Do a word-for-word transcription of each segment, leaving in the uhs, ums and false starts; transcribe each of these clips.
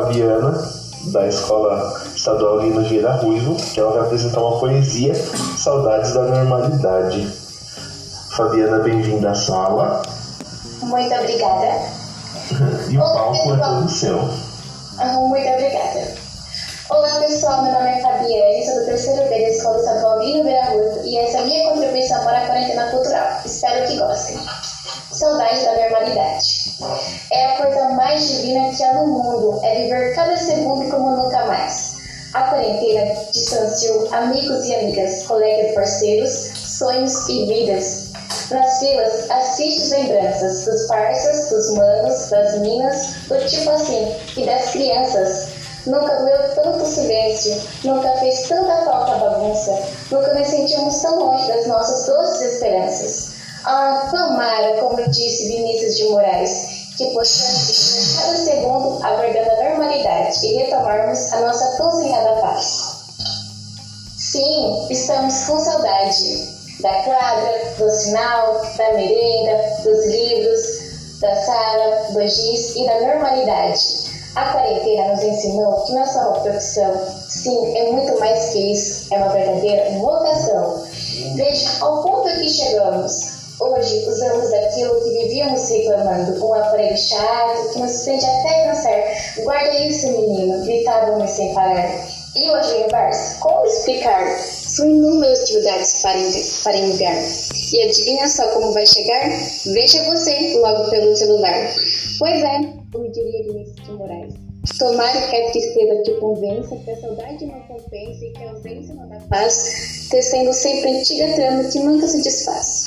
Fabiana, da Escola Estadual Lino Vieira Ruivo, que ela vai apresentar uma poesia, Saudades da Normalidade. Fabiana, bem-vinda à sala. Muito obrigada. E o palco é todo seu. Muito obrigada. Olá pessoal, meu nome é Fabiane, sou do terceiro B da Escola Estadual Lino Vieira Ruivo e essa é a minha contribuição para a quarentena cultural. Espero que gostem. Saudade da normalidade. É a coisa mais divina que há no mundo, é viver cada segundo como nunca mais. A quarentena distanciou amigos e amigas, colegas e parceiros, sonhos e vidas. Nas filas, as tristes lembranças dos parças, dos manos, das minas, do tipo assim, e das crianças. Nunca doeu tanto silêncio, nunca fez tanta falta a bagunça, nunca nos sentimos tão longe das nossas doces esperanças. Ah, tomara, como disse Vinícius de Moraes, que possamos viver cada segundo aguardando a normalidade e retomarmos a nossa tão sonhada paz. Sim, estamos com saudade da quadra, do sinal, da merenda, dos livros, da sala, do giz e da normalidade. A quarentena nos ensinou que nossa profissão, sim, é muito mais que isso, é uma verdadeira vocação. Veja ao ponto que chegamos. Hoje usamos aquilo que vivíamos reclamando, um aparelho chato que nos prende até cansar. Guarda isso, menino, gritávamos sem parar. E hoje em Barça, como explicar? São inúmeras atividades para, para enviar. E adivinha só como vai chegar? Veja você logo pelo celular. Pois é, como diria Vinícius de Moraes. Tomara que a tristeza te convença, que a saudade não compense e que a ausência não dá paz, tecendo sempre a antiga trama que nunca se desfaz.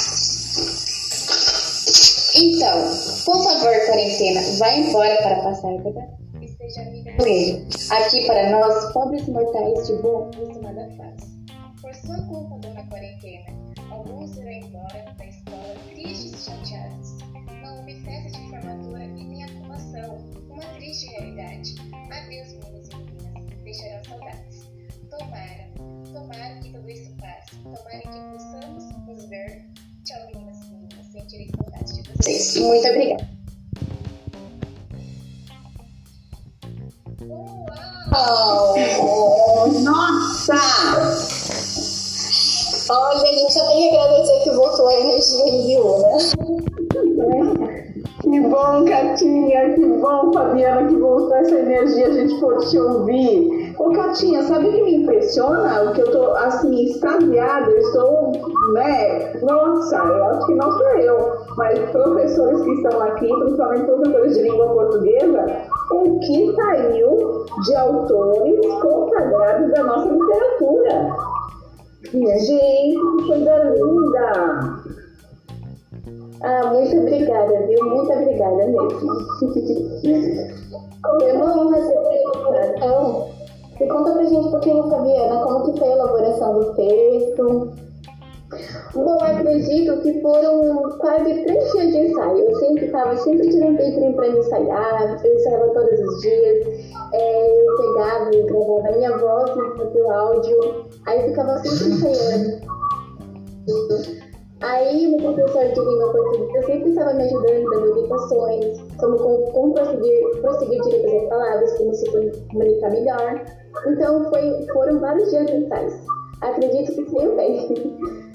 Então, por favor, quarentena, vá embora para passar a vida e seja amiga com ele. Aqui para nós, pobres mortais de bom, isso nada faz. Por sua culpa, dona quarentena, alguns irão embora da escola tristes e chateados. Não houve festa de formatura e nem aprovação, uma triste realidade. Adeus, meninos e meninas, deixarão saudades. Tomara, tomara que tudo isso passe. Tomara que possamos nos ver. Tchau, meninas e meninas, sentirei saudades de vocês. Muito obrigada. Uau! Nossa! Olha, a gente só tem que agradecer que voltou a energia em Viúna. Que bom, Catinha, que bom, Fabiana, que voltou essa energia, a gente pôde te ouvir. Ô, Catinha, sabe o que me impressiona? O que eu tô, assim, extasiada, eu estou, né, nossa, eu acho que não sou eu, mas professores que estão aqui, principalmente professores de língua portuguesa, o que saiu de autores consagrados da nossa literatura. Minha gente, que coisa linda! Ah, muito obrigada, viu? Muito obrigada mesmo. É uma honra ser elaboração. E conta pra gente um pouquinho, Fabiana, como que foi a elaboração do texto? Bom, eu acredito que foram quase três dias de ensaio. Eu sempre estava, sempre tirando tempo para me ensaiar, eu ensaiava todos os dias. É, eu pegava e gravava a minha voz no áudio, aí eu ficava sempre ensaiando. Aí, o meu professor de língua portuguesa sempre estava me ajudando, dando orientações, como, como, como prosseguir, prosseguir direito às palavras, como se comunicar melhor. Então, foi, foram vários dias de ensaios. Acredito que saiu bem.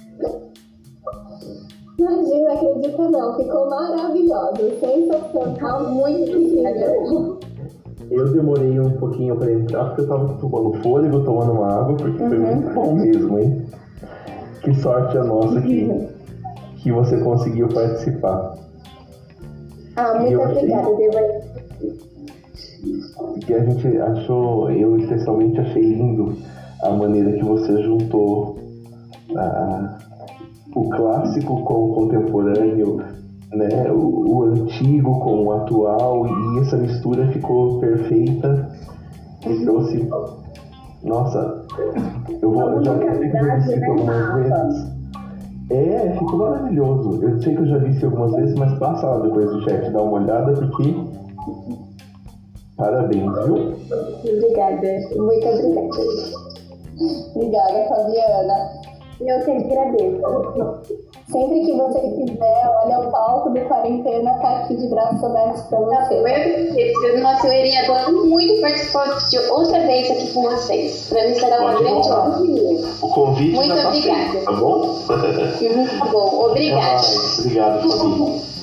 Imagina, acredito não, ficou maravilhoso, sensacional, muito incrível. Eu demorei um pouquinho para entrar porque eu tava tomando fôlego, tomando uma água, porque uhum. Foi muito bom mesmo, hein? Que sorte a nossa que, que você conseguiu participar. Ah, muito obrigada, Débora. Que a gente achou, eu especialmente achei lindo a maneira que você juntou a, o clássico com o contemporâneo, né? o, o antigo com o atual, e essa mistura ficou perfeita e trouxe. Nossa, eu, vou, eu já quero que eu disse algumas vezes. É, ficou maravilhoso. Eu sei que eu já disse algumas vezes, mas passa lá depois do chat, dá uma olhada, porque parabéns, viu? Obrigada, muito obrigada. Obrigada, Fabiana. Eu que agradeço. Sempre que você quiser, olha, o palco do Quarentena tá aqui de braços abertos pra você. Eu agradeço. Nossa, eu iria adorar muito participar de outra vez aqui com vocês. Pra mim será uma grande honra. O convite muito já tá obrigada. feito, tá bom? Tá bom, obrigada. Obrigado, Fabi.